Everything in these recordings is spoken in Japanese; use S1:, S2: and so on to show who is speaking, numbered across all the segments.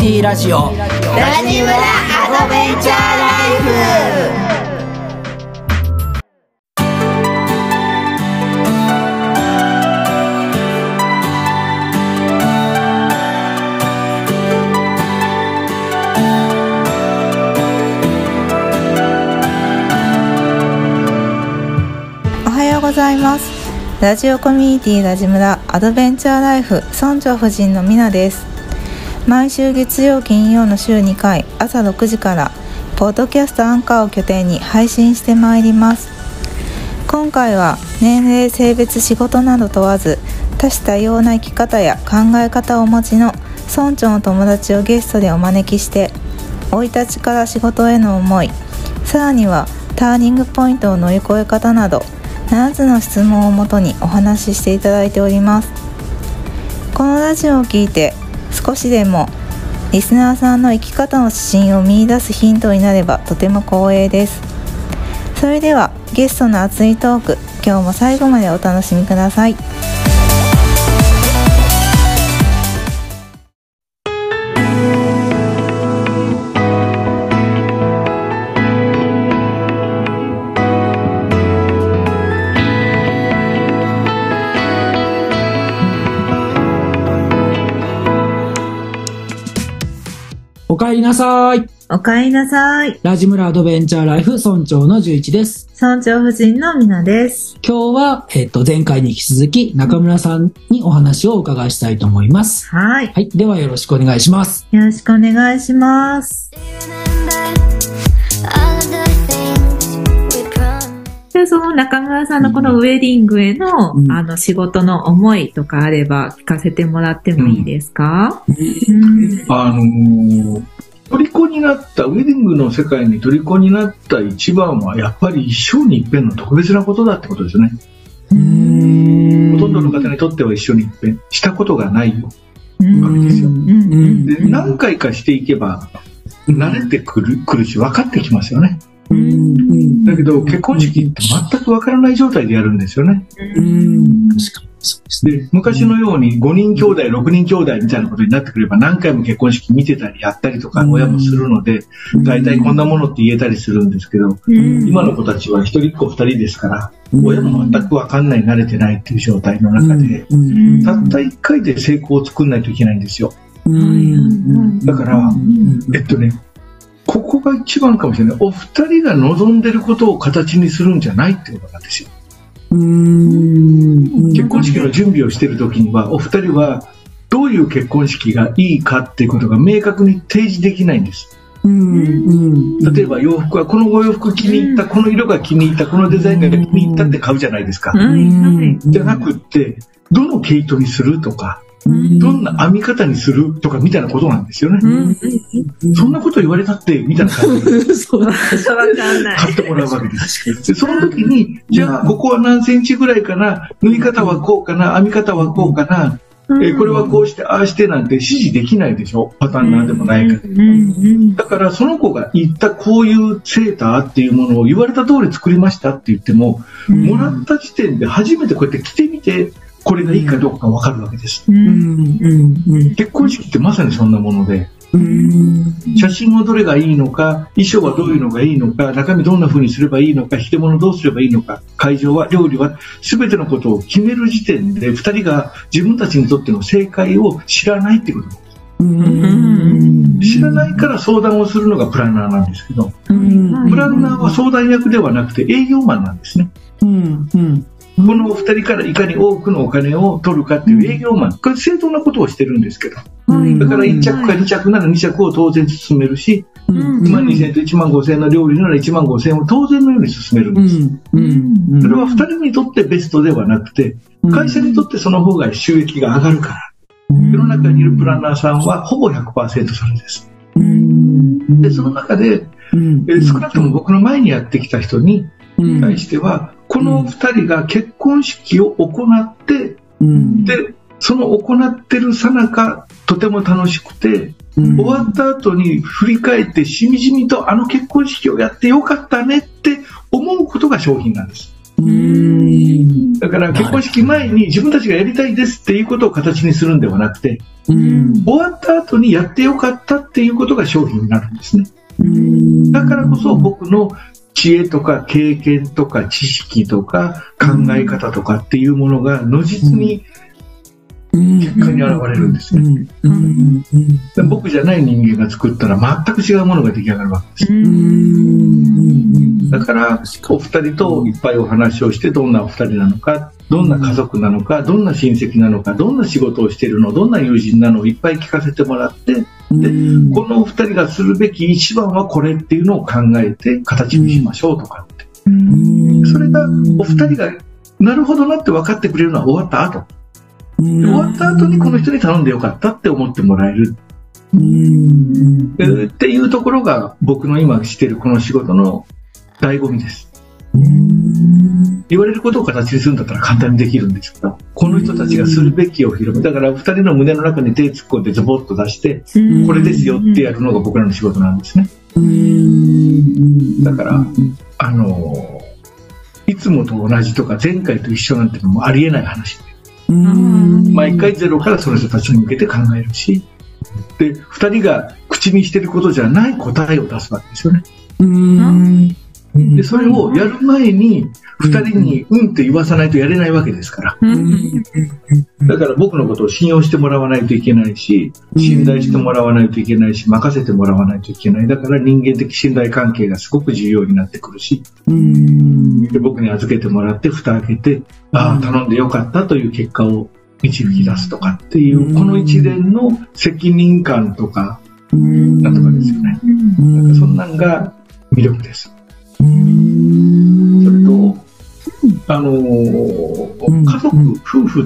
S1: ティラジオ
S2: ラジムラアドベンチャーライフ。
S3: おはようございます。ラジオコミュニティラジムラアドベンチャーライフ村長夫人のみなです。毎週月曜金曜の週2回朝6時からポッドキャストアンカーを拠点に配信してまいります。今回は年齢性別仕事など問わず多種多様な生き方や考え方をお持ちの村長の友達をゲストでお招きして生い立ちから仕事への思い、さらにはターニングポイントを乗り越え方など7つの質問をもとにお話ししていただいております。このラジオを聞いて少しでもリスナーさんの生き方の指針を見出すヒントになればとても光栄です。それではゲストの熱いトーク、今日も最後までお楽しみください。
S1: おかえりなさい。
S3: おかえりなさい。
S1: ラジムラアドベンチャーライフ村長の11です。
S3: 村長夫人のみなです。
S1: 今日は、前回に引き続き中村さんにお話をお伺いしたいと思います。
S3: はい。
S1: はい。ではよろしくお願いします。
S3: よろしくお願いします。で、その中村さんのこのウェディングへの、仕事の思いとかあれば聞かせてもらってもいいですか？
S4: 虜になった、ウェディングの世界に虜になった一番はやっぱり一生に一遍の特別なことだってことですね。ほとんどの方にとっては一生に一遍したことがないわけですよ。で、何回かしていけば慣れてくるし分かってきますよね。だけど結婚式って全くわからない状態でやるんですよね。で、昔のように5人兄弟6人兄弟みたいなことになってくれば何回も結婚式見てたりやったりとか親もするので大体こんなものって言えたりするんですけど、今の子たちは一人っ子二人ですから親も全くわかんない、慣れてないっていう状態の中でたった1回で成功を作んないといけないんですよ。だからここが一番かもしれない。お二人が望んでることを形にするんじゃないってことなんですよ。結婚式の準備をしている時にはお二人はどういう結婚式がいいかっていうことが明確に提示できないんです。例えば洋服はこのお洋服気に入った、この色が気に入った、このデザインが気に入ったって買うじゃないですか。じゃなくってどの毛糸にするとかどんな編み方にするとかみたいなことなんですよね。そんなこと言われたってみたいな感じで買ってもらうわけです。でその時にじゃあここは何センチぐらいかな、縫い方はこうかな、編み方はこうかな、これはこうしてああしてなんて指示できないでしょ、パターンなんでもないから。だからその子が言ったこういうセーターっていうものを言われた通り作りましたって言っても、もらった時点で初めてこうやって着てみてこれがいいかどうかが分かるわけです。結婚式ってまさにそんなもので、写真はどれがいいのか、衣装はどういうのがいいのか、中身どんな風にすればいいのか、着て物どうすればいいのか、会場は料理は全てのことを決める時点で2人が自分たちにとっての正解を知らないってことです。知らないから相談をするのがプランナーなんですけど、プランナーは相談役ではなくて営業マンなんですね。このお二人からいかに多くのお金を取るかっていう営業マン、これ正当なことをしてるんですけど、だから1着か2着なら2着を当然進めるし、1万2000円と1万5000円の料理なら1万5000円を当然のように進めるんです。それは2人にとってベストではなくて会社にとってその方が収益が上がるから、世の中にいるプランナーさんはほぼ 100% それです。でその中で、少なくとも僕の前にやってきた人に対しては、この2人が結婚式を行って、でその行ってる最中とても楽しくて、終わった後に振り返ってしみじみとあの結婚式をやってよかったねって思うことが商品なんです。 だから結婚式前に自分たちがやりたいですっていうことを形にするんではなくて、終わった後にやってよかったっていうことが商品になるんですね。だからこそ僕の知恵とか経験とか知識とか考え方とかっていうものが如実に結果に現れるんですね。僕じゃない人間が作ったら全く違うものが出来上がるわけです。だからお二人といっぱいお話をして、どんなお二人なのか、どんな家族なのか、どんな親戚なのか、どんな仕事をしているの、どんな友人なのをいっぱい聞かせてもらって、でこのお二人がするべき一番はこれっていうのを考えて形にしましょうとかって、それがお二人がなるほどなって分かってくれるのは終わった後、終わった後にこの人に頼んでよかったって思ってもらえるっていうところが僕の今しているこの仕事の醍醐味です。言われることを形にするんだったら簡単にできるんですけど、この人たちがするべきを広め、だから2人の胸の中に手突っ込んでズボッと出してこれですよってやるのが僕らの仕事なんですね。だからいつもと同じとか前回と一緒なんてのもありえない話で、毎回ゼロからその人たちに向けて考えるし、で2人が口にしていることじゃない答えを出すわけですよね。でそれをやる前に2人にって言わさないとやれないわけですから、だから僕のことを信用してもらわないといけないし、信頼してもらわないといけないし、任せてもらわないといけない。だから人間的信頼関係がすごく重要になってくるし、で僕に預けてもらって蓋開けて、頼んでよかったという結果を導き出すとかっていう、この一連の責任感とかなんとかですよね。なんかそんなんが魅力です。それと家族、夫婦って、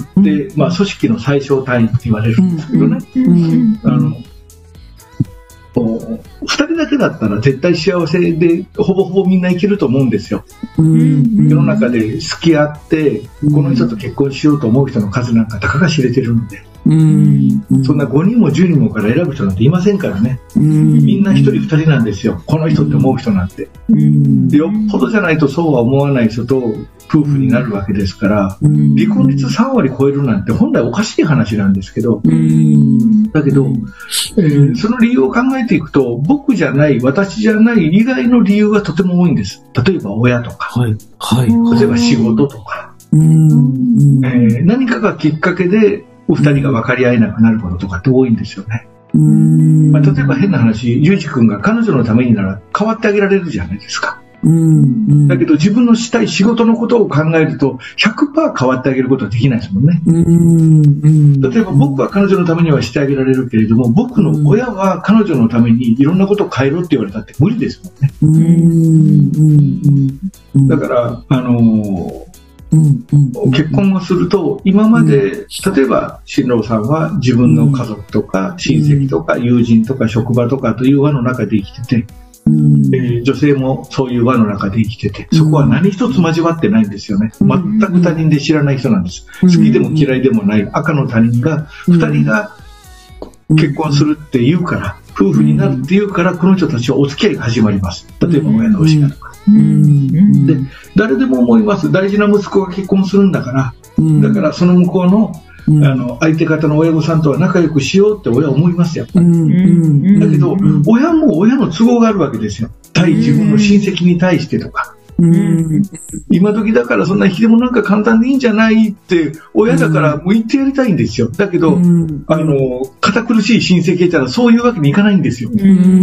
S4: 組織の最小単位って言われるんですけどね、2人だけだったら絶対幸せでほぼほぼみんないけると思うんですよ。世の中で好き合ってこの人と結婚しようと思う人の数なんかたかが知れてるので、そんな5人も10人もから選ぶ人なんていませんからね。みんな1人2人なんですよ、この人って思う人なんて。よっぽどじゃないとそうは思わない人と夫婦になるわけですから、離婚率3割超えるなんて本来おかしい話なんですけど、だけど、その理由を考えていくと、僕じゃない私じゃない以外の理由がとても多いんです。例えば親とか、例えば仕事とか、何かがきっかけでお二人が分かり合えなくなることとかって多いんですよね。例えば変な話、ゆうじくんが彼女のためになら変わってあげられるじゃないですか。だけど自分のしたい仕事のことを考えると 100% 変わってあげることはできないですもんね。例えば僕は彼女のためにはしてあげられるけれども、僕の親は彼女のためにいろんなことを変えろって言われたって無理ですもんね。だから結婚をすると、今まで例えば新郎さんは自分の家族とか親戚とか友人とか職場とかという輪の中で生きてて、女性もそういう輪の中で生きてて、そこは何一つ交わってないんですよね。全く他人で知らない人なんです。好きでも嫌いでもない赤の他人が2人が結婚するって言うから、夫婦になるって言うから、この人たちはお付き合いが始まります。例えば親同士がとか。で誰でも思います。大事な息子が結婚するんだから、だからその向こうの相手方の親御さんとは仲良くしようって親は思いますよ。だけど親も親の都合があるわけですよ。対自分の親戚に対してとか、今時だからそんな引きでもなんか簡単でいいんじゃないって親だからもう言ってやりたいんですよ。だけど堅苦しい親戚いたらそういうわけにいかないんですよ。って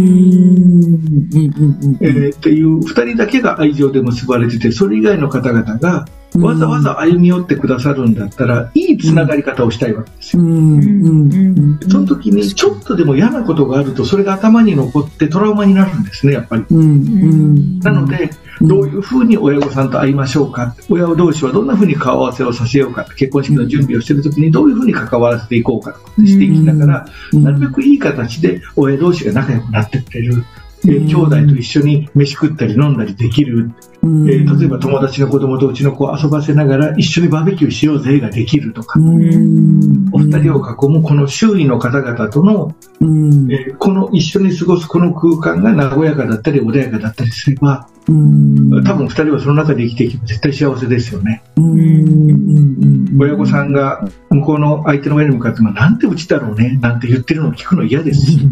S4: いう2人だけが愛情で結ばれてて、それ以外の方々がわざわざ歩み寄ってくださるんだったら、いいつながり方をしたいわけですよ。その時にちょっとでも嫌なことがあると、それが頭に残ってトラウマになるんですね、やっぱり。なのでどういうふうに親御さんと会いましょうか、親同士はどんなふうに顔合わせをさせようか、結婚式の準備をしている時にどういうふうに関わらせていこうかとしていきながら、なるべくいい形で親同士が仲良くなってくれる。兄弟と一緒に飯食ったり飲んだりできる、例えば友達の子供とうちの子を遊ばせながら一緒にバーベキューしようぜができるとか、お二人を囲むこの周囲の方々との、この一緒に過ごすこの空間が和やかだったり穏やかだったりすれば、 多分2人はその中で生きていけば絶対幸せですよね。親御さんが向こうの相手の親に向かってなんてうちだろうねなんて言ってるのを聞くの嫌ですし、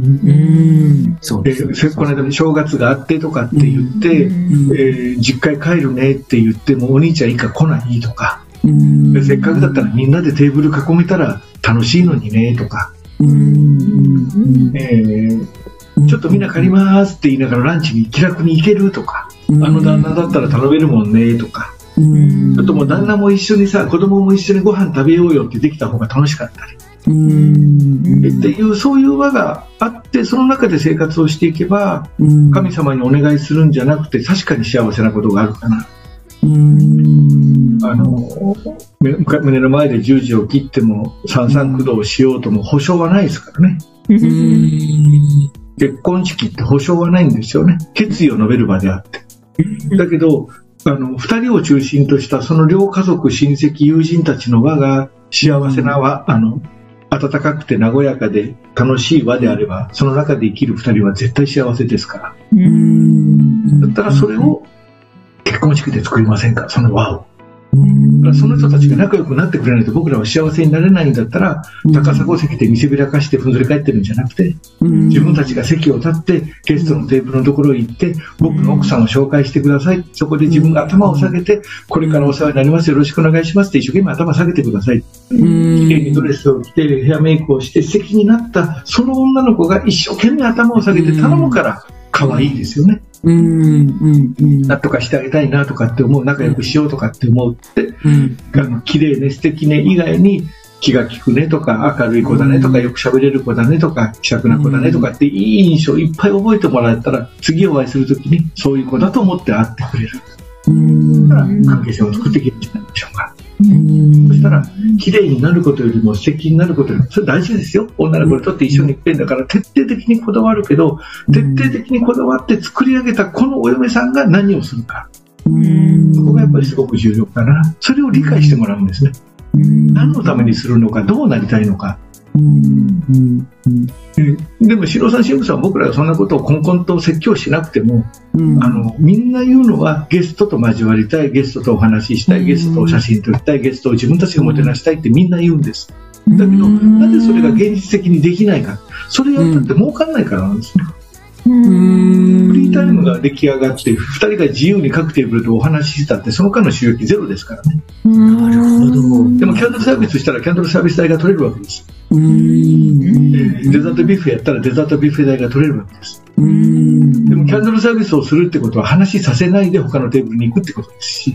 S4: この間正月があってとかって言って、実家へ帰るねって言ってもお兄ちゃん以下来ないとか、せっかくだったらみんなでテーブル囲めたら楽しいのにねとか、ちょっとみんな借りますって言いながらランチに気楽に行けるとか、あの旦那だったら頼めるもんねとか、あともう旦那も一緒にさ、子供も一緒にご飯食べようよってできた方が楽しかったりっていう、そういう輪があって、その中で生活をしていけば、神様にお願いするんじゃなくて確かに幸せなことがあるかな。胸の前で十字を切っても三々九度をしようとも保証はないですからね。結婚式って保証はないんですよね。決意を述べる場であって。だけど2人を中心としたその両家族、親戚、友人たちの輪が幸せな輪、温かくて和やかで楽しい輪であれば、その中で生きる2人は絶対幸せですから。だったらそれを結婚式で作りませんか、その輪を。その人たちが仲良くなってくれないと僕らは幸せになれないんだったら、高砂席で見せびらかしてふんぞり返ってるんじゃなくて、自分たちが席を立ってゲストのテーブルのところへ行って、僕の奥さんを紹介してください、そこで自分が頭を下げて、これからお世話になります、よろしくお願いしますって一生懸命頭下げてください。綺麗にドレスを着てヘアメイクをして席になったその女の子が一生懸命頭を下げて頼むから可愛いですよね。なんとかしてあげたいなとかって思う、仲良くしようとかって思うって、綺麗ね、素敵ね以外に気が利くねとか、明るい子だねとか、よく喋れる子だねとか、気さくな子だねとかっていい印象をいっぱい覚えてもらえたら、次お会いするときにそういう子だと思って会ってくれる。だから関係性を作っていけるんじゃないでしょうか。そしたら綺麗になることよりも素敵になることよりも、それ大事ですよ。女の子にとって一緒に行ってんだから、徹底的にこだわるけど、徹底的にこだわって作り上げたこのお嫁さんが何をするか、そこがやっぱりすごく重要かな。それを理解してもらうんですね。何のためにするのか、どうなりたいのか。でも白さん、新婦さんは僕らがそんなことをこんこんと説教しなくても、みんな言うのはゲストと交わりたい、ゲストとお話ししたい、ゲストと写真撮りたい、ゲストを自分たちがもてなしたいってみんな言うんです。だけどなぜそれが現実的にできないか、それやったって儲かんないからなんですね。フリータイムが出来上がって2人が自由に各テーブルでお話ししたって、その間の収益ゼロですからね。
S1: なるほど。
S4: でもキャンドルサービスしたらキャンドルサービス代が取れるわけです。デザートビュッフェやったらデザートビュッフェ代が取れるわけです。でもキャンドルサービスをするってことは話させないで他のテーブルに行くってことですし、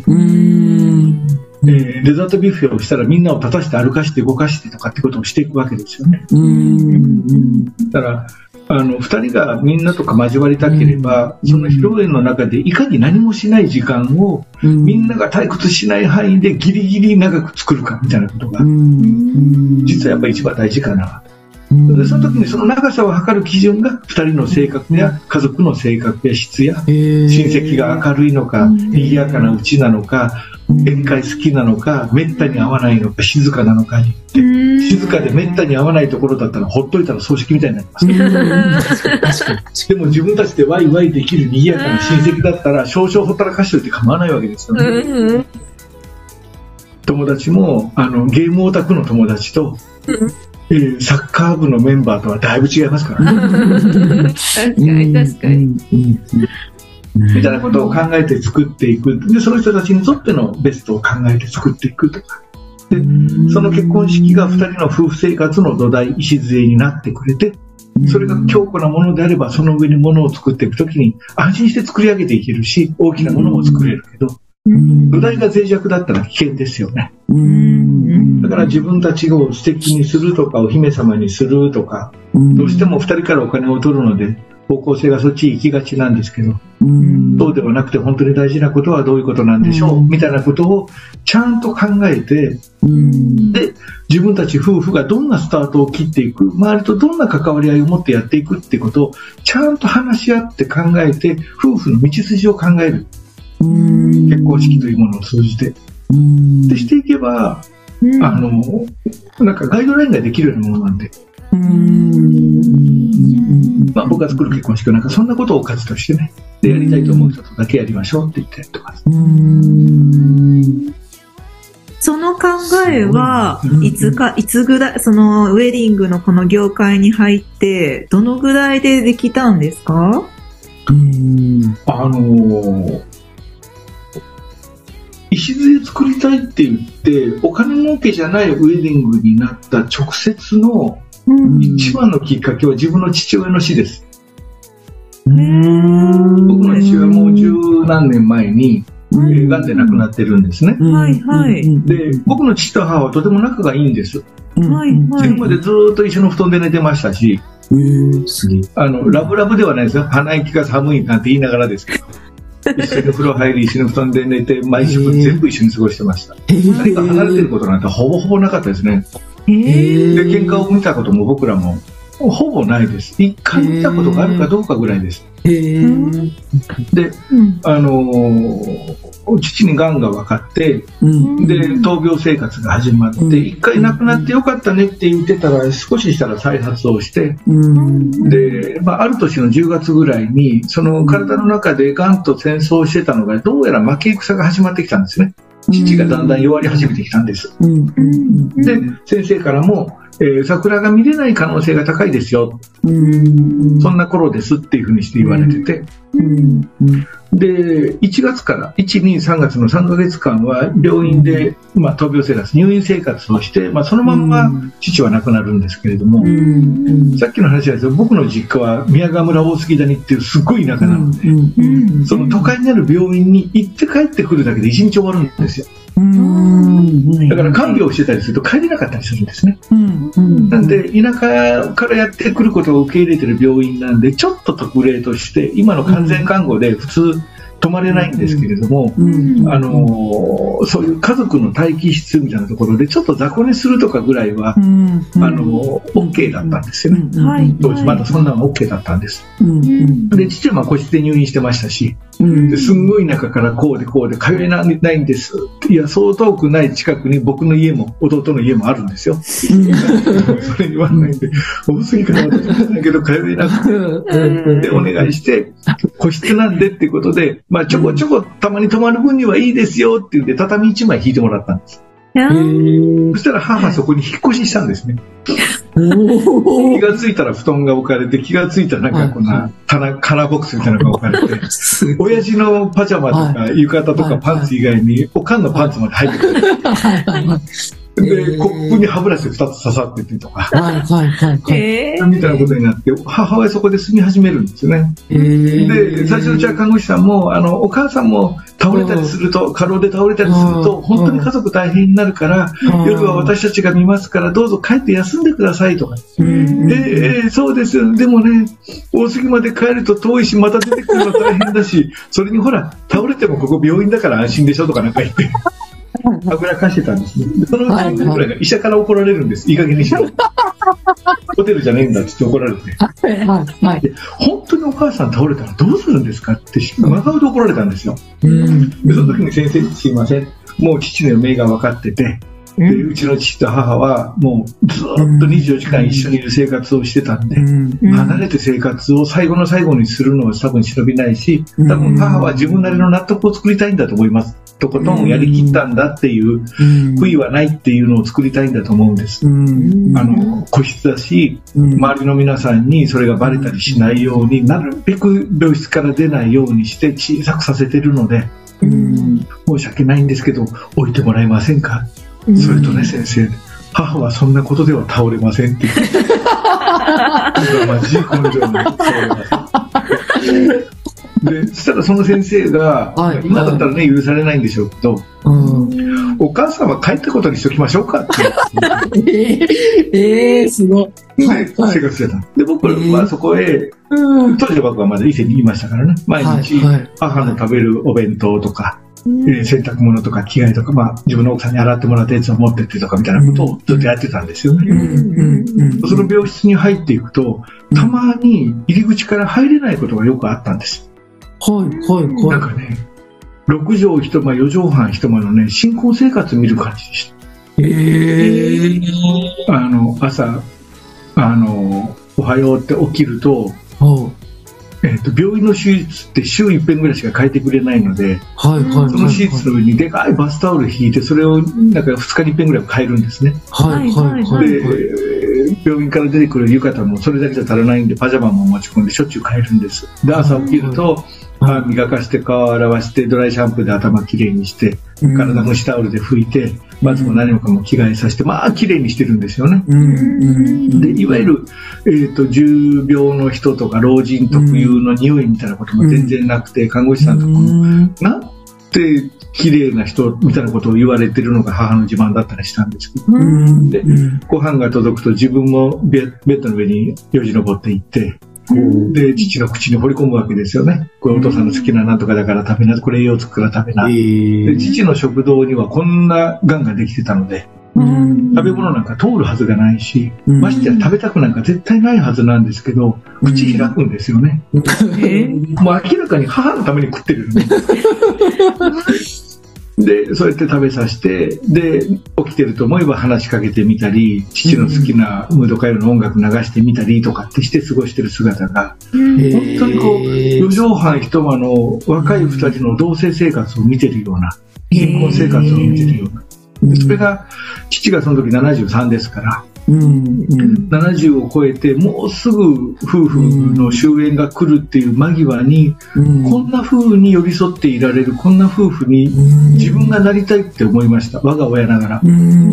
S4: デザートビュッフェをしたらみんなを立たして歩かして動かしてとかってことをしていくわけですよね。だから2人がみんなとか交わりたければ、その披露宴の中でいかに何もしない時間をみんなが退屈しない範囲でギリギリ長く作るかみたいなことが実はやっぱり一番大事かな。でその時にその長さを測る基準が2人の性格や家族の性格や質や、親戚が明るいのか賑やかなうちなのか、宴会好きなのか、めったに会わないのか、静かなのかによって、静かでめったに会わないところだったらほっといたら葬式みたいになりますでも自分たちでワイワイできる賑やかな親戚だったら少々ほったらかしておいて構わないわけですよね。友達もゲームオタクの友達と、サッカー部のメンバーとはだいぶ違いますからね。
S3: 確かに
S4: みたいなことを考えて作っていく。でその人たちにとってのベストを考えて作っていくとかで、その結婚式が2人の夫婦生活の土台、礎になってくれて、それが強固なものであればその上にものを作っていくときに安心して作り上げていけるし、大きなものも作れるけど、土台が脆弱だったら危険ですよね。だから自分たちを素敵にするとかお姫様にするとか、どうしても2人からお金を取るので方向性がそっち行きがちなんですけど、そうではなくて本当に大事なことはどういうことなんでしょう、みたいなことをちゃんと考えて、で自分たち夫婦がどんなスタートを切っていく、周りとどんな関わり合いを持ってやっていくっていうことをちゃんと話し合って考えて、夫婦の道筋を考える、結婚式というものを通じてでしていけば、なんかガイドラインができるようなものなんで、僕が作る結婚式はなんかそんなことを価値としてね、 で、やりたいと思う人とだけやりましょうって言ってやってます。
S3: その考えはいつぐらい、そのウェディングのこの業界に入ってどのぐらいでできたんですか？
S4: 礎作りたいって言ってお金儲けじゃないウェディングになった直接の一番のきっかけは自分の父親の死です。僕の父親はもう十何年前にがんで亡くなってるんですね。で、僕の父と母はとても仲がいいんです。自分までずっと一緒の布団で寝てましたし、ラブラブではないですよ。鼻息が寒いなんて言いながらですけど、一緒に風呂入り、一緒に布団で寝て、毎食全部一緒に過ごしてました。何か離れてることなんてほぼほぼなかったですね。で、喧嘩を見たことも僕らもほぼないです。一回見たことがあるかどうかぐらいです。で、父にがんが分かって、で、闘病生活が始まって、一回亡くなってよかったねって言ってたら、少ししたら再発をして、で、ある年の10月ぐらいに、その体の中でがんと戦争してたのが、どうやら負け戦が始まってきたんですね。父がだんだん弱り始めてきたんです。で、先生からも、桜が見れない可能性が高いですよ、そんな頃ですっていうふうにして言われてて、で1月から1、2、3月の3ヶ月間は病院で、闘病生活、入院生活をして、そのまんま父は亡くなるんですけれども、さっきの話ですけど、僕の実家は宮川村大杉谷っていうすごい田舎なので、その都会にある病院に行って帰ってくるだけで1日終わるんですよ。だから看病してたりすると帰れなかったりするんですね。なんで田舎からやってくることを受け入れてる病院なんで、ちょっと特例として今の完全看護で普通泊まれないんですけれども、そういう家族の待機室みたいなところでちょっと雑魚寝するとかぐらいはOK だったんですよね。当時まだそんなの OK だったんです。で、父は個室で入院してましたし、ですんごい中からこうで通えないんです。いや、そう遠くない近くに僕の家も弟の家もあるんですよ。それ言わないんで、多すぎから私もだけど通えなくて、でお願いして個室なんでっていうことで、ちょこちょこたまに泊まる分にはいいですよって言って畳1枚引いてもらったんです。そしたら母はそこに引っ越ししたんですね。気がついたら布団が置かれて、気がついたらなんかこんなカラーボックスみたいなのが置かれて、親父のパジャマとか浴衣とかパンツ以外におかんのパンツまで入ってくる。で、コップに歯ブラシで2つ刺さっててとか、みたいなことになって、母親そこで住み始めるんですよね。で、最初のうちは看護師さんも、お母さんも倒れたりすると、過労で倒れたりすると、本当に家族大変になるから、夜は私たちが見ますから、どうぞ帰って休んでくださいとか。そうです。でもね、大杉まで帰ると遠いし、また出てくるの大変だし、それにほら、倒れてもここ病院だから安心でしょとかなんか言って。あぐらかしてたんですね。そのうちぐらいが医者から怒られるんです。いい加減にしろ。ホテルじゃねえんだって怒られて。本当にお母さん倒れたらどうするんですかって真顔で怒られたんですよ。でその時に先生にすいません。もう父の余命が分かってて、でうちの父と母はもうずっと24時間一緒にいる生活をしてたんで、離れて生活を最後の最後にするのは多分忍びないし、多分母は自分なりの納得を作りたいんだと思います。とことんやりきったんだっていう悔いはないっていうのを作りたいんだと思うんです。個室だし、周りの皆さんにそれがバレたりしないように、なるべく病室から出ないようにして小さくさせてるので、申し訳ないんですけど置いてもらえませんか。それとね、先生、母はそんなことでは倒れませんって言ってマジ根性に倒れません。で、そしたらその先生が、今だったらね許されないんでしょうけど、お母さんは帰ったことにしときましょうかってすごい、生活してた。で、僕はそこへ、当時僕はまだ伊勢にいましたからね、毎日母の食べるお弁当とか、洗濯物とか着替えとか、自分の奥さんに洗ってもらったやつを持ってってとかみたいなことをずっとやってたんですよね。その病室に入っていくと、たまに入り口から入れないことがよくあったんです。なんかね、6畳一間、4畳半一間のね、新婚生活見る感じでした。朝、おはようって起きると、 病院の手術って週1遍ぐらいしか変えてくれないので、その手術の上にでかいバスタオル引いて、それをなんか2日に1遍ぐらい変えるんですね。で、病院から出てくる浴衣もそれだけじゃ足らないんで、パジャマも持ち込んでしょっちゅう変えるんです。で、朝起きると歯磨かして顔を洗わして、ドライシャンプーで頭きれいにして、体蒸しタオルで拭いて、まずも何もかも着替えさせて、まあきれいにしてるんですよね。で、いわゆる、重病の人とか老人特有の匂いみたいなことも全然なくて、看護師さんとかもなんて綺麗な人みたいなことを言われてるのが母の自慢だったりしたんですけど、で、ご飯が届くと自分もベッドの上によじ登っていって、で、父の口に放り込むわけですよね。これお父さんの好きななんとかだから食べな、これ栄養つくから食べな。で、父の食道にはこんな癌ができてたので、食べ物なんか通るはずがないし、ましてや食べたくなんか絶対ないはずなんですけど、口開くんですよね。もう明らかに母のために食ってるよね。で、そうやって食べさせて、で、起きてると思えば話しかけてみたり、父の好きなムード歌謡の音楽流してみたりとかってして過ごしてる姿が、本当にこう、四畳半一間の若い二人の同棲生活を見てるような、結婚生活を見てるような。それが、父がその時73ですから、70を超えてもうすぐ夫婦の終焉が来るっていう間際に、こんな風に寄り添っていられる、こんな夫婦に自分がなりたいって思いました。我が親ながら。で、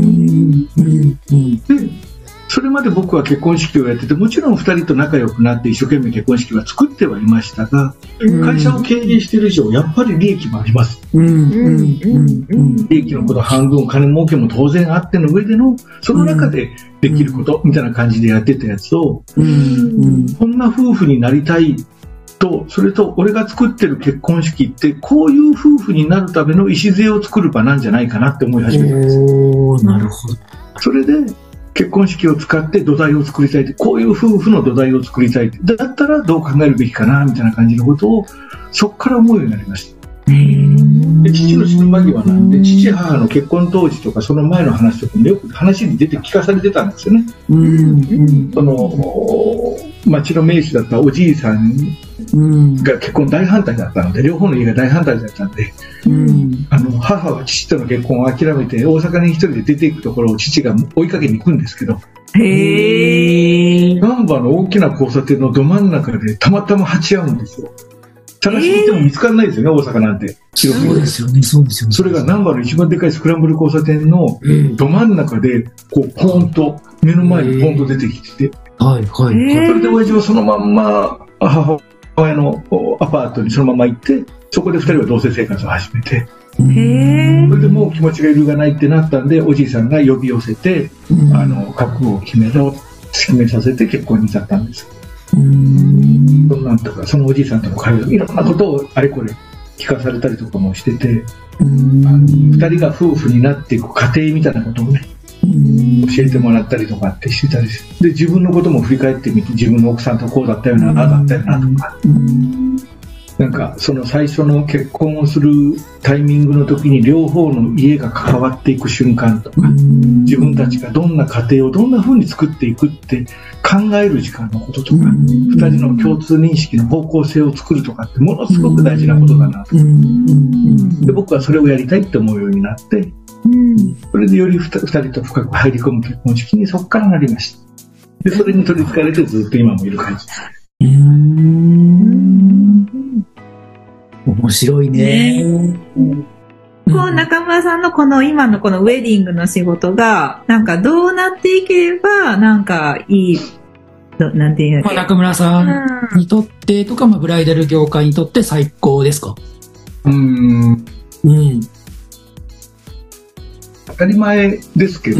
S4: それまで僕は結婚式をやってて、もちろん2人と仲良くなって一生懸命結婚式は作ってはいましたが、会社を経営している以上やっぱり利益もあります。利益のこと半分、金儲けも当然あっての上での、その中でできることみたいな感じでやってたやつを、こんな夫婦になりたいと、それと俺が作ってる結婚式ってこういう夫婦になるための礎を作る場なんじゃないかなって思い始めたんです。
S1: なるほど。
S4: それで結婚式を使って土台を作りたいって、こういう夫婦の土台を作りたいって、だったらどう考えるべきかなみたいな感じのことをそこから思うようになりました。で、父の死ぬ間際なんで、父母の結婚当時とかその前の話とかもよく話に出て聞かされてたんですよね。その町の名士だったおじいさんが結婚大反対だったので、両方の家が大反対だったんで、母は父との結婚を諦めて大阪に一人で出ていくところを父が追いかけに行くんですけど、難波の大きな交差点のど真ん中でたまたま鉢合うんですよ。探しに行っても見つからないですよね、大阪なんて。
S1: そうですよね、そうですよね。
S4: それが難波の一番でかいスクランブル交差点のど真ん中で、こう、ポーンと、目の前にポーンと出てきてて、それで親父はそのまんま、母親のアパートにそのまま行って、そこで2人は同棲生活を始めて、それでもう気持ちが揺るがないってなったんで、おじいさんが呼び寄せて、覚悟を決めさせて結婚に至ったんです。なんとかそのおじいさんとの会話、いろんなことをあれこれ聞かされたりとかもしてて、2人が夫婦になっていく過程みたいなことをね、教えてもらったりとかってしてたりして、で自分のことも振り返ってみて、自分の奥さんとこうだったよな、ああだったよなとか、なんかその最初の結婚をするタイミングの時に両方の家が関わっていく瞬間とか、自分たちがどんな家庭をどんな風に作っていくって考える時間のこととか、2人の共通認識の方向性を作るとかってものすごく大事なことだなと。で僕はそれをやりたいって思うようになって、それでより2人と深く入り込む結婚式にそこからなりました。でそれに取りつかれてずっと今もいる感じです。
S1: 面白いね。
S3: こう中村さんのこの今のこのウェディングの仕事がなんかどうなっていければなんかいい、なんていうの、
S1: 中村さんにとってとか、ブライダル業界にとって最高ですか？
S4: 当たり前ですけど、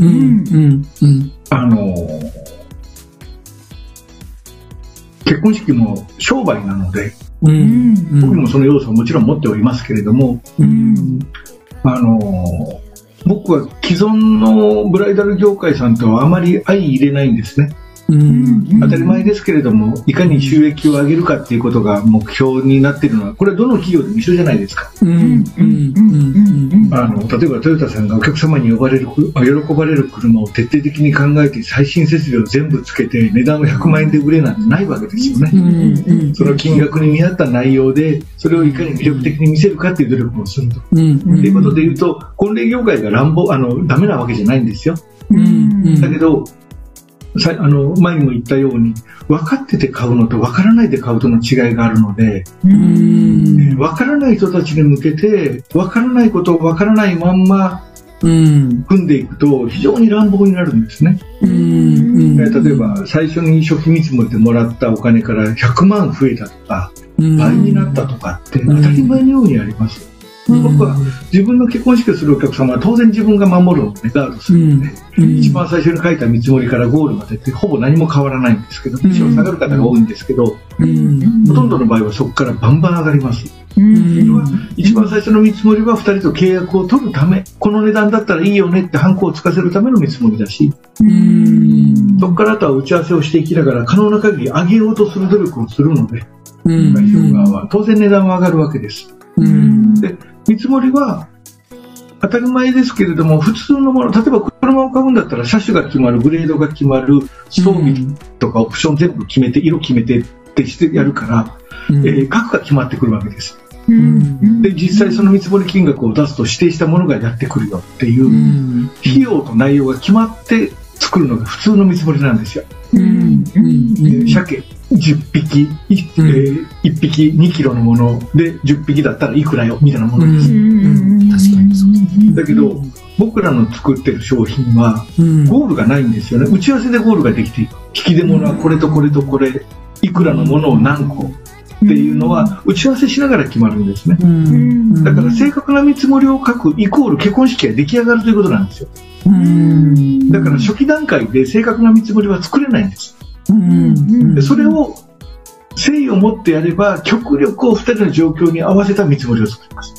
S4: 結婚式も商売なので、僕もその要素はもちろん持っておりますけれども、僕は既存のブライダル業界さんとはあまり相入れないんですね。当たり前ですけれども、いかに収益を上げるかっていうことが目標になっているのは、これはどの企業でも一緒じゃないですか。 例えばトヨタさんがお客様に喜ばれる車を徹底的に考えて最新設備を全部つけて値段を100万円で売れなんてないわけですよね。その金額に見合った内容でそれをいかに魅力的に見せるかっていう努力をすると、いうことでいうと婚礼業界がダメなわけじゃないんですよ。だけど前にも言ったように分かってて買うのと分からないで買うとの違いがあるので、分からない人たちに向けて分からないことを分からないまんま組んでいくと非常に乱暴になるんですね。例えば最初に初期見積もりでもらったお金から100万増えたとか倍になったとかって当たり前のようにあります。僕は自分の結婚式をするお客様は当然自分が守るのでガードするので、一番最初に書いた見積もりからゴールまでってほぼ何も変わらないんですけど、むしろ下がる方が多いんですけど、ほとんどの場合はそこからバンバン上がります。一番最初の見積もりは2人と契約を取るため、この値段だったらいいよねってハンコをつかせるための見積もりだし、そこからあとは打ち合わせをしていきながら可能な限り上げようとする努力をするので、代表側は当然値段は上がるわけです。で見積もりは当たり前ですけれども普通のもの、例えば車を買うんだったら車種が決まる、グレードが決まる、装備とかオプション全部決めて色決めてってしてやるから、額が決まってくるわけです。で実際その見積もり金額を出すと指定したものがやってくるよっていう費用と内容が決まって作るのが普通の見積もりなんですよ。鮭10匹、1匹2キロのもので10匹だったらいくらよみたいなものです。
S1: 確かにそうですね。
S4: だけど僕らの作ってる商品はゴールがないんですよね。打ち合わせでゴールができていく。引き出物はこれとこれとこれ、いくらのものを何個っていうのは打ち合わせしながら決まるんですね。だから正確な見積もりを書くイコール結婚式が出来上がるということなんですよ。だから初期段階で正確な見積もりは作れないんです。でそれを誠意を持ってやれば極力お二人の状況に合わせた見積もりを作ります。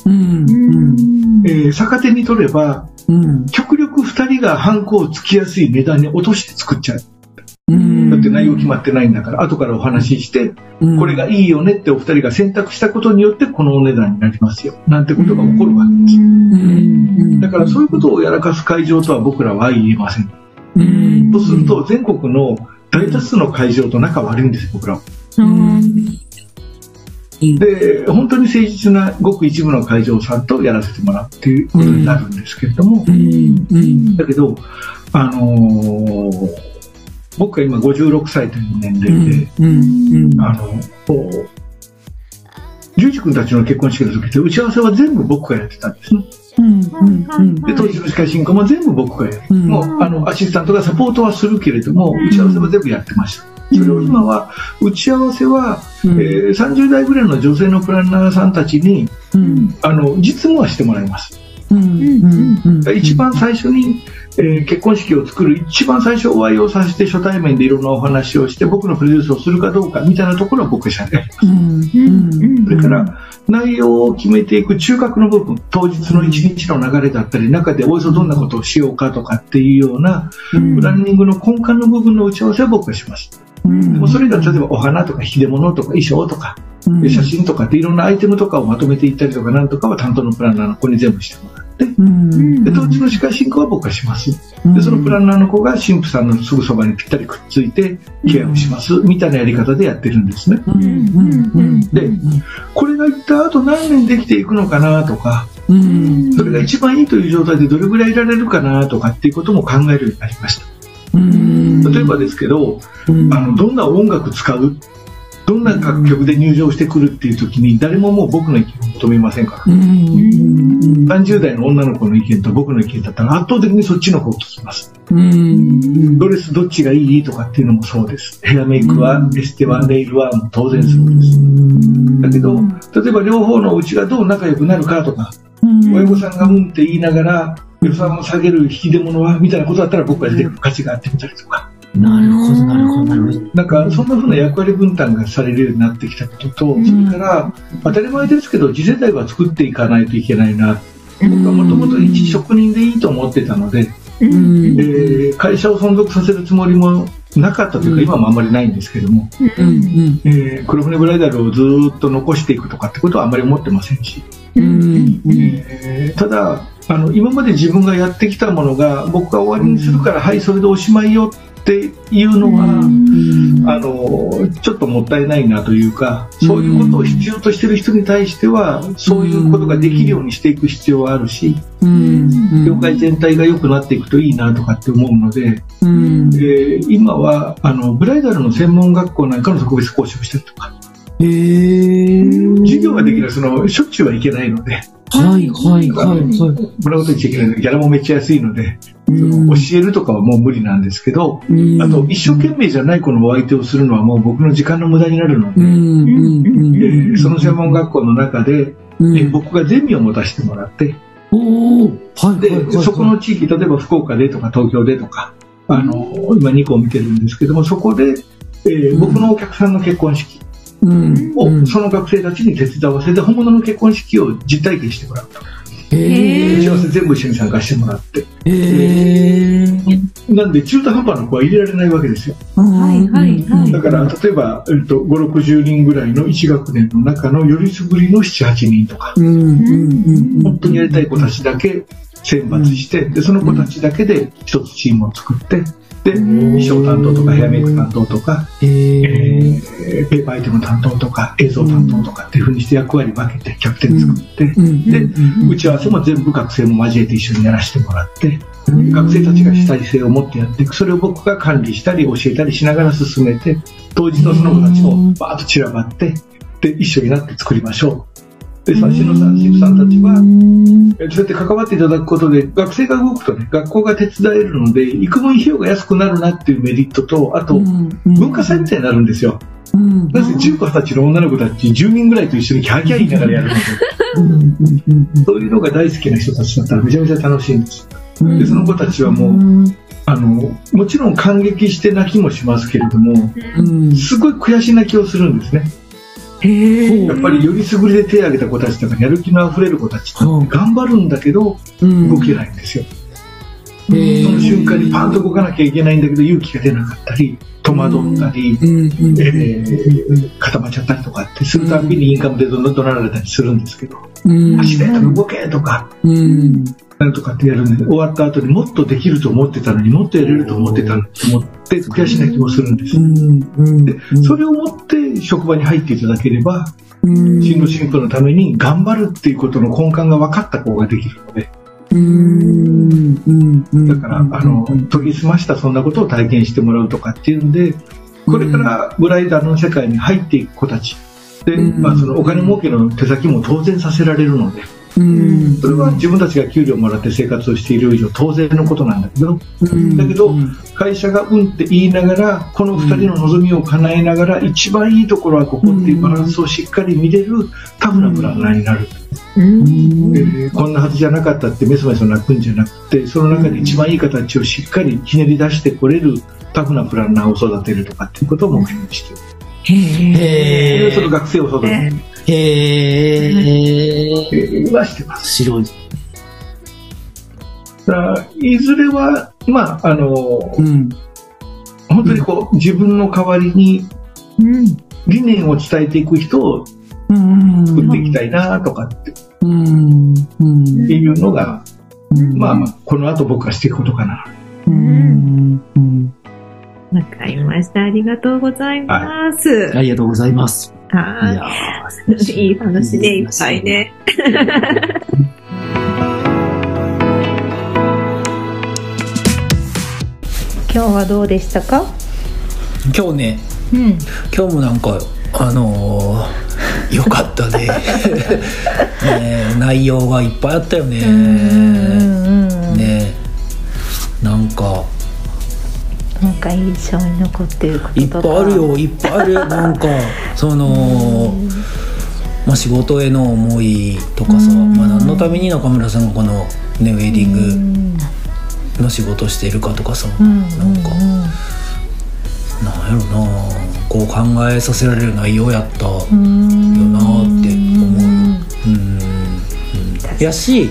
S4: 逆手に取れば極力二人がハンコをつきやすい値段に落として作っちゃう。だって内容決まってないんだから後からお話ししてこれがいいよねってお二人が選択したことによってこのお値段になりますよなんてことが起こるわけです。だからそういうことをやらかす会場とは僕らは言えません。とすると全国の大多数の会場と仲悪いんです僕らは。で本当に誠実なごく一部の会場さんとやらせてもらうっていうことになるんですけれども、だけど僕が今56歳という年齢で龍二君たちの結婚式の時って打ち合わせは全部僕がやってたんですね。で当日の司会進行も全部僕がやる。もうアシスタントがサポートはするけれども打ち合わせは全部やってました。それを今は打ち合わせは、30代ぐらいの女性のプランナーさんたちに、実務はしてもらいます。一番最初に、結婚式を作る一番最初お会いをさせて初対面でいろんなお話をして僕のプロデュースをするかどうかみたいなところは僕がやります。それから内容を決めていく中核の部分、当日の一日の流れだったり中でおよそどんなことをしようかとかっていうようなプランニングの根幹の部分の打ち合わせは僕がします。でもそれが例えばお花とか引き出物とか衣装とか写真とかっていろんなアイテムとかをまとめていったりとかなんとかは担当のプランナーの子に全部してもらって、で当日の司会進行は僕がします。でそのプランナーの子が新婦さんのすぐそばにぴったりくっついてケアをしますみたいなやり方でやってるんですね。でこれが一体あと何年できていくのかなとか、それが一番いいという状態でどれぐらいいられるかなとかっていうことも考えるようになりました。例えばですけど、どんな音楽使う、どんな楽曲で入場してくるっていう時に誰ももう僕の意見を求めませんから、30代の女の子の意見と僕の意見だったら圧倒的にそっちの方を聞きます。ドレスどっちがいいとかっていうのもそうです。ヘアメイクはエステはネイルはもう当然そうです。だけど例えば両方のうちがどう仲良くなるかとか、親御さんがって言いながら予算を下げる引き出物はみたいなことだったら僕が出てくる価値があってみたりとか。
S1: なるほどなるほどなるほど。
S4: なんかそんな風な役割分担がされるようになってきたことと、それから当たり前ですけど次世代は作っていかないといけないな。僕はもともと一職人でいいと思ってたので、会社を存続させるつもりもなかったというか、今もあんまりないんですけども、黒船ブライダルをずっと残していくとかってことはあんまり思ってませんし、ただ今まで自分がやってきたものが僕が終わりにするから、はいそれでおしまいよっていうのは、ちょっともったいないなというか、そういうことを必要としている人に対してはそういうことができるようにしていく必要はあるし、業界全体が良くなっていくといいなとかって思うので、今はブライダルの専門学校なんかの特別講師をしたりとか、授業ができるしょっちゅうはいけないので、もらうと言っちゃいけないのでギャラもめっちゃ安いので、教えるとかはもう無理なんですけど、あと一生懸命じゃない子のお相手をするのはもう僕の時間の無駄になるので、その専門学校の中で、僕がゼミを持たせてもらって、でそこの地域、例えば福岡でとか東京でとか、今2校見てるんですけども、そこで、僕のお客さんの結婚式をその学生たちに手伝わせて、本物の結婚式を実体験してもらうと。幸せ全部一緒に参加してもらって、なんで中途半端な子は入れられないわけですよ。だから例えば、560人ぐらいの1学年の中のよりすぐりの78人とか、本当にやりたい子たちだけ選抜して、でその子たちだけで一つチームを作って、で衣装担当とかヘアメイク担当とか、ペーパーアイテム担当とか映像担当とかっていう風にして役割分けてキャプテン作って、で打ち合わせも全部学生も交えて一緒にやらせてもらって、学生たちが主体性を持ってやっていく、それを僕が管理したり教えたりしながら進めて、当日のその子たちもバーッと散らばって、で一緒になって作りましょう。で最初の新婦さんたちはそうやって関わっていただくことで、学生が動くとね、学校が手伝えるので幾分費用が安くなるなっていうメリットと、あと文化祭みたいになるんですよ。なぜ中高たちの女の子たち10人ぐらいと一緒にキャーキャー言いながらやるので、そういうのが大好きな人たちだったらめちゃめちゃ楽しいんです。でその子たちはもうもちろん感激して泣きもしますけれども、すごい悔し泣きをするんですね。やっぱりよりすぐりで手を挙げた子たちとかやる気のあふれる子たちって頑張るんだけど動けないんですよ。その瞬間にパンと動かなきゃいけないんだけど勇気が出なかったり戸惑ったり、固まっちゃったりとかってするたびにインカムで怒鳴られたりするんですけど、走れとか動けとかなんとかってやるんで、終わった後にもっとできると思ってたのにもっとやれると思ってたのにと思って悔し泣きもするんです。でそれをもって職場に入っていただければ、新郎新婦のために頑張るっていうことの根幹が分かった子ができるので、だから研ぎ澄ましたそんなことを体験してもらうとかっていうんで、これからブライダルの世界に入っていく子たちで、そのお金儲けの手先も当然させられるので、それは自分たちが給料もらって生活をしている以上当然のことなんだけど、会社がうんって言いながらこの2人の望みを叶えながら一番いいところはここっていうバランスをしっかり見れるタフなプランナーになる。こんなはずじゃなかったってメソメソ泣くんじゃなくて、その中で一番いい形をしっかりひねり出してこれるタフなプランナーを育てるとかっていうことを目標にしている。その学生を育てるはしてます。
S1: 白い。
S4: いずれは本当に自分の代わりに理念を伝えていく人を作っていきたいなとかっていうのが、この後僕がしていくことかな。
S5: わかりました。ありがとうございます。
S1: ありがとうございます。
S5: いい話ね、いっぱいね。
S3: 今日はどうでしたか？
S1: 今日ね、今日もなんかよかったね。内容がいっぱいあったよね。なんか
S3: 印象に残っていることとか
S1: いっぱいあるよ、いっぱいある。なんか仕事への思いとかさ、何のために中村さんがこの、ウェディングの仕事しているかとかさ、なんかなんやろな、こう考えさせられる内容やったよなって思う。やし、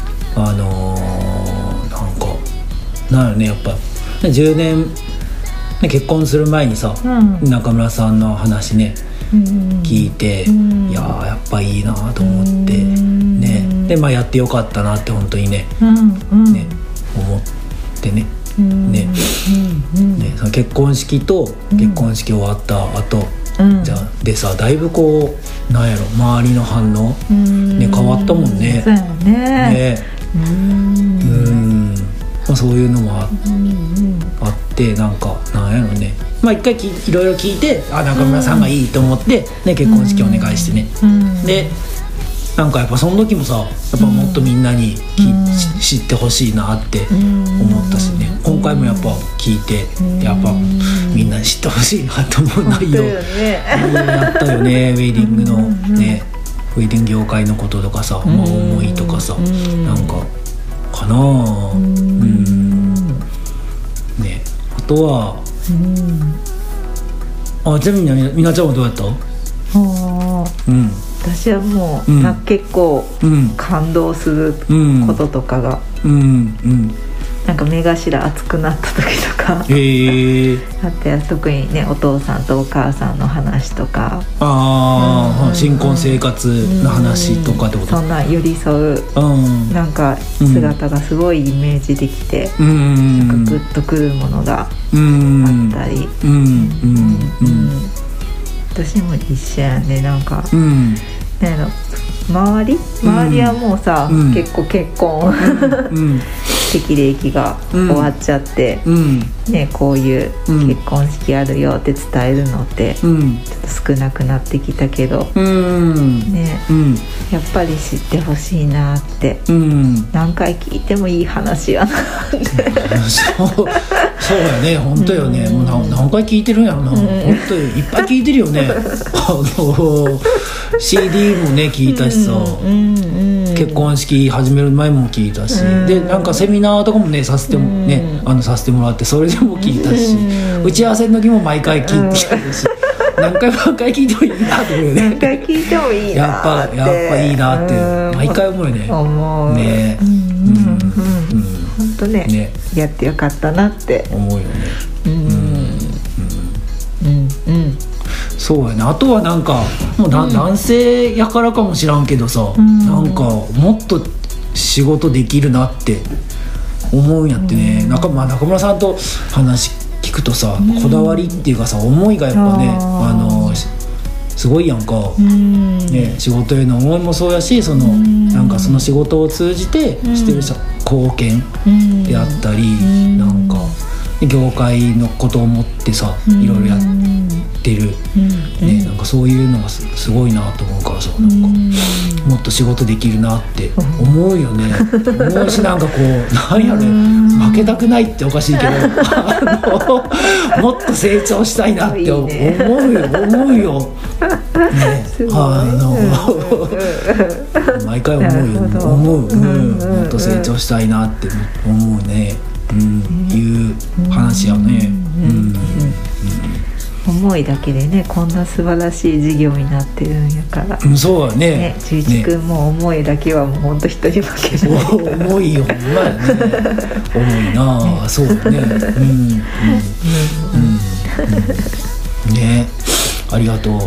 S1: なんかなんやろね、やっぱ10年結婚する前にさ、中村さんの話ね、聞いて、いやーやっぱいいなと思ってね、でやってよかったなって本当にね、ね思ってね、ね、その結婚式と結婚式終わった後、じゃあでさ、だいぶこうなんやろ、周りの反応、ね、変わったもんね。
S3: そうやね。
S1: そういうのもあって、なんやろね、一回いろいろ聞いて、中村さんがいいと思って、ね、結婚式お願いしてね、でなんかやっぱその時もさ、やっぱもっとみんなに知ってほしいなって思ったしね、今回もやっぱ聞いて、やっぱみんなに知ってほしいなと思う内容やったよね。ウェディングのね、ウェディング業界のこととかさ、思いとかさ、なんかかなね。あとはちなみにみなちゃんはどうやった？
S3: 私はもう、結構感動することとかが、なんか目頭熱くなった時とか、あって特にね、お父さんとお母さんの話とか、
S1: 新婚生活の話とかってこと？
S3: そんな寄り添うなんか姿がすごいイメージできて、なんかグッとくるものがあったり、私も一緒やね。なんか、周りはもうさ、結構結婚適齢期が終わっちゃって、ね、こういう結婚式あるよって伝えるのってちょっと少なくなってきたけど、ね、やっぱり知ってほしいなって、何回聞いてもいい話やなって
S1: そうやね、本当よね。もう何回聞いてるんやろな、本当にいっぱい聞いてるよね。CD もね聞いたしさ、結婚式始める前も聞いたし、でなんかセミナーとかもねさせてもらって、それでも聞いたし、打ち合わせの時も毎回聞いてきたし、何回聞いてもいいなと思うよね。
S3: 何回聞いてもいいなって、
S1: やっぱいいなって毎回思うよね。
S3: 思う
S1: ね。
S3: 本当ね、やってよかったなって
S1: 思うよね。そうやね。あとはなんかもう男性やからかもしらんけどさ、なんかもっと仕事できるなって思うんやってね。中村さんと話聞くとさ、こだわりっていうかさ、思いがやっぱね、すごいやんか、ね、仕事への思いもそうやし、なんかその仕事を通じてしてる貢献であったり、なんか業界のことを思ってさ、いろいろやってる、ね、なんかそういうのがすごいなと思うからさ、なんかもっと仕事できるなって思うよね。思うし、なんかこうなんやね、負けたくないっておかしいけどもっと成長したいなって思うよ。毎回思うよ、もっと成長したいなって思うね、いう話やね。
S3: 思いだけでね、こんな素晴らしい事業になってるんやから、
S1: そうやね。
S3: 十一くんも思いだけはもうほんと人に負けない。
S1: 重いよ、ほんまやね。重いな、そうね。ね、ありがとう。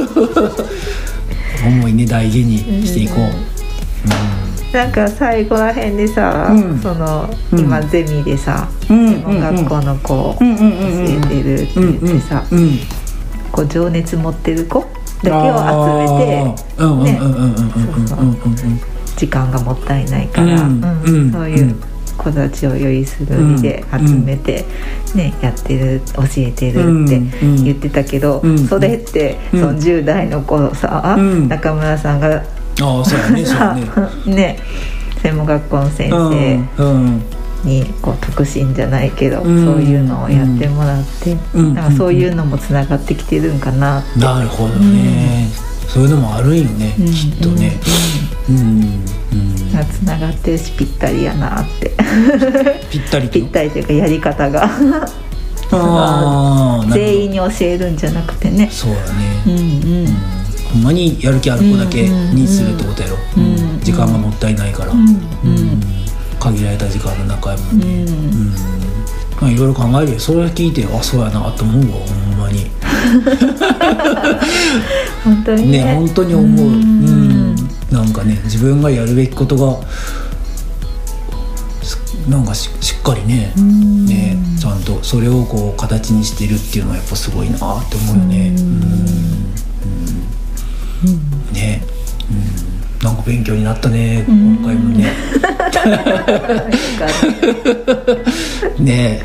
S1: 思いね、大事にしていこう。
S3: なんか最後らへんでさ、今ゼミでさ、専門学校の子を教えてるって言ってさ、こう情熱持ってる子だけを集めて、時間がもったいないから、そういう子たちをよりする意味で集めて、やってる、教えてるって言ってたけど、それってその10代の頃さ、中村さんがね、専門学校の先生にこう特進じゃないけど、そういうのをやってもらって、なんかそういうのもつながってきてるんかなって。
S1: なるほどね、そういうのもあるんよね、きっとね。
S3: つながってるし、ぴったりやなって
S1: ぴったり
S3: というか、やり方が全員に教えるんじゃなくてね。
S1: そうだね。ほんまにやる気ある子だけにするってことやろ。時間がもったいないから、限られた時間の中やもんね。 いろいろ考えるよ。それ聞いてそうやなと思うわ、ほんまに
S3: 本当にね、
S1: 本当に思う。なんかね、自分がやるべきことがなんか しっかりね、ちゃんとそれをこう形にしてるっていうのはやっぱすごいなって思うよね。ね、なんか勉強になったね、今回もねね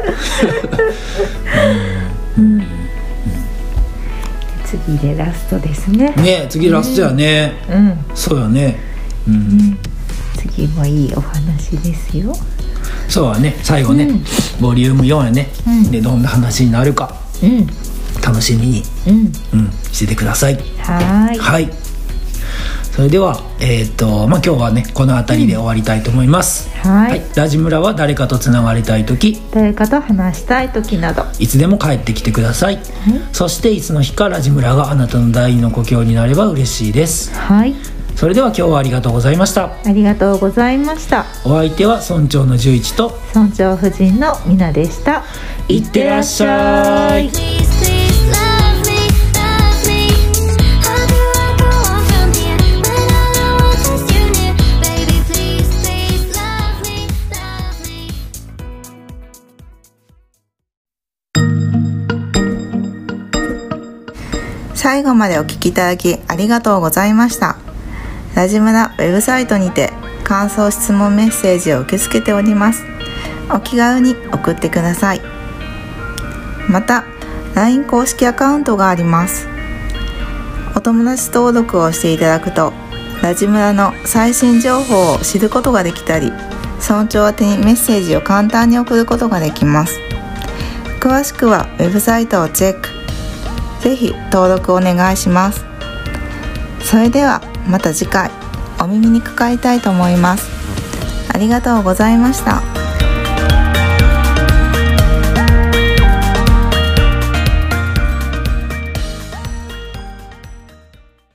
S3: 次でラストですね。
S1: ね、次ラストやね。そうやね。
S3: 次もいいお話ですよ。
S1: そうやね、最後ね、ボリューム4やね。でどんな話になるか楽しみにしててください。はい。それでは今日はねこの辺りで終わりたいと思います。ラジムラは誰かとつながりたいとき、
S3: 誰かと話したいときなど
S1: いつでも帰ってきてください。そしていつの日かラジムラがあなたの第二の故郷になれば嬉しいです。それでは今日はありがとうございました。
S3: ありがとうございました。
S1: お相手は村長の11と
S3: 村長夫人のみなでした。
S1: いってらっしゃい。
S3: 最後までお聞きいただきありがとうございました。ラジムラウェブサイトにて感想質問メッセージを受け付けております。お気軽に送ってください。また LINE 公式アカウントがあります。お友達登録をしていただくとラジムラの最新情報を知ることができたり、村長宛てにメッセージを簡単に送ることができます。詳しくはウェブサイトをチェック。ぜひ登録お願いします。それではまた次回お耳にかかりたいと思います。ありがとうございました。